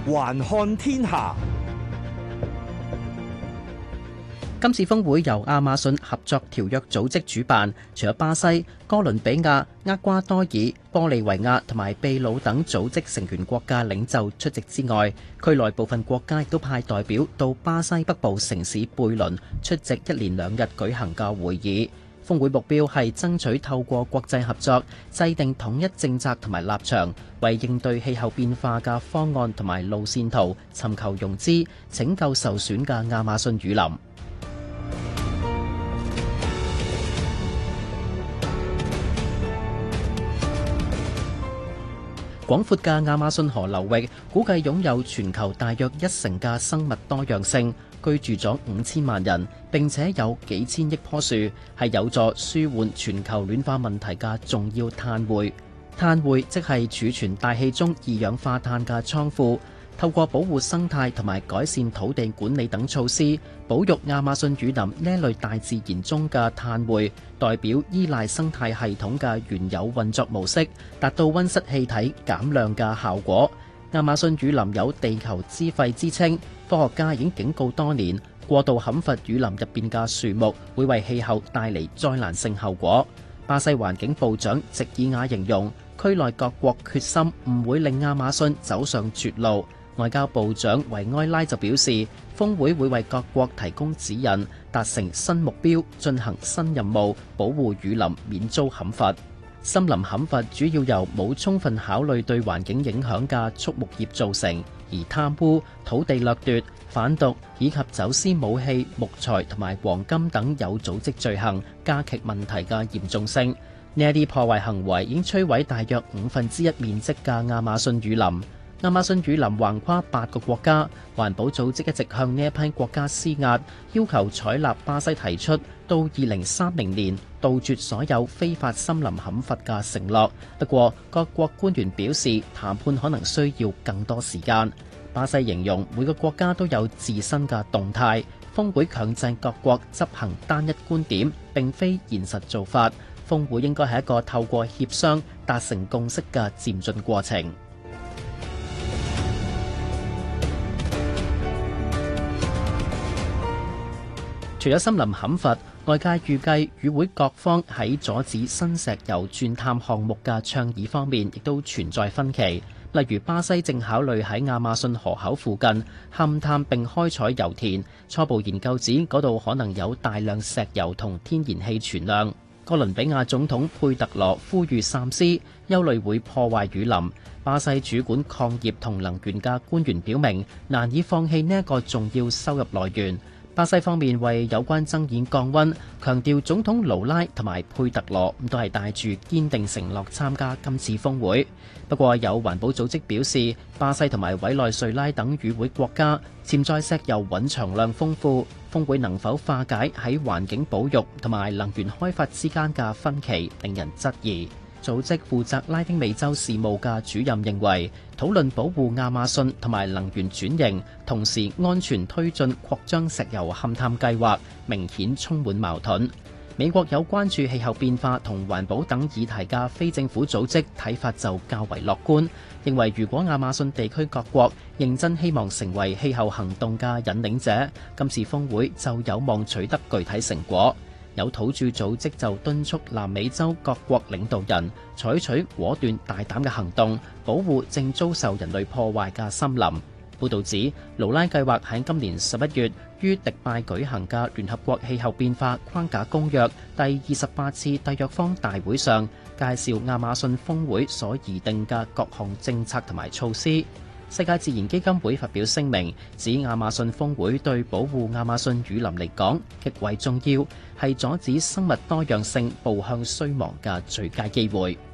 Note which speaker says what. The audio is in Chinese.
Speaker 1: 環看天下。
Speaker 2: 今次峰會由亞馬遜合作條約組織主辦，除咗巴西、哥倫比亞、厄瓜多爾、玻利維亞同埋秘魯等組織成員國家領袖出席之外，區內部分國家亦都派代表到巴西北部城市貝倫出席1連2日舉行嘅會議。峰會目標係爭取透過國際合作，制定統一政策同埋立場，為應對氣候變化嘅方案同埋路線圖尋求融資，拯救受損嘅亞馬遜雨林。廣闊嘅亞馬遜河流域估計擁有全球大約1成嘅生物多樣性，居住咗5000萬人，並且有幾千億棵樹，係有助舒緩全球暖化問題嘅重要碳匯。碳匯即係儲存大氣中二氧化碳嘅倉庫。透過保護生態同埋改善土地管理等措施，保育亞馬遜雨林呢類大自然中嘅碳匯，代表依賴生態系統嘅原有運作模式，達到溫室氣體減量嘅效果。亞馬遜雨林有地球之肺之稱，科學家已經警告多年，過度砍伐雨林入邊嘅樹木會為氣候帶嚟災難性後果。巴西環境部長席爾瓦形容，區內各國決心唔會令亞馬遜走上絕路。外交部長維埃拉就表示，峰會會為各國提供指引，達成新目標，進行新任務，保護雨林免遭砍伐。森林砍伐主要由冇充分考慮對環境影響嘅畜牧業造成，而貪污、土地掠奪、販毒以及走私武器、木材同埋黃金等有組織罪行，加劇問題嘅嚴重性。呢一啲破壞行為已經摧毀大約1/5面積嘅亞馬遜雨林。亞馬遜雨林橫跨8個國家，環保組織一直向呢一批國家施壓，要求採納巴西提出到2030年杜絕所有非法森林砍伐嘅承諾。不過，各國官員表示談判可能需要更多時間。巴西形容每個國家都有自身嘅動態，峰會強制各國執行單一觀點，並非現實做法。峰會應該係一個透過協商達成共識嘅漸進過程。除咗森林砍伐，外界預計與會各方喺阻止新石油鑽探項目嘅倡議方面，亦都存在分歧。例如巴西正考慮喺亞馬遜河口附近勘探並開採油田，初步研究指嗰度可能有大量石油同天然氣存量。哥倫比亞總統佩特羅呼籲三思，憂慮會破壞雨林。巴西主管礦業同能源嘅官員表明，難以放棄呢一個重要收入來源。巴西方面為有關爭議降溫，強調總統盧拉同埋佩特羅都係帶住堅定承諾參加今次峰會。不過有環保組織表示，巴西同埋委內瑞拉等與會國家潛在石油蘊藏量豐富，峰會能否化解喺環境保育同埋能源開發之間嘅分歧，令人質疑。組織負責拉丁美洲事務嘅主任認為，討論保護亞馬遜同埋能源轉型，同時安全推進擴張石油勘探計劃，明顯充滿矛盾。美國有關注氣候變化同環保等議題嘅非政府組織睇法就較為樂觀，認為如果亞馬遜地區各國認真希望成為氣候行動嘅引領者，今次峰會就有望取得具體成果。有土著組織就敦促南美洲各國領導人採取果斷大膽嘅行動，保護正遭受人類破壞嘅森林。報導指，盧拉計劃喺今年11月於迪拜舉行嘅聯合國氣候變化框架公約第28次締約方大會上，介紹亞馬遜峰會所擬定嘅各項政策同埋措施。世界自然基金會發表聲明，指亞馬遜峰會對保護亞馬遜雨林嚟講極為重要，係阻止生物多樣性步向衰亡嘅最佳機會。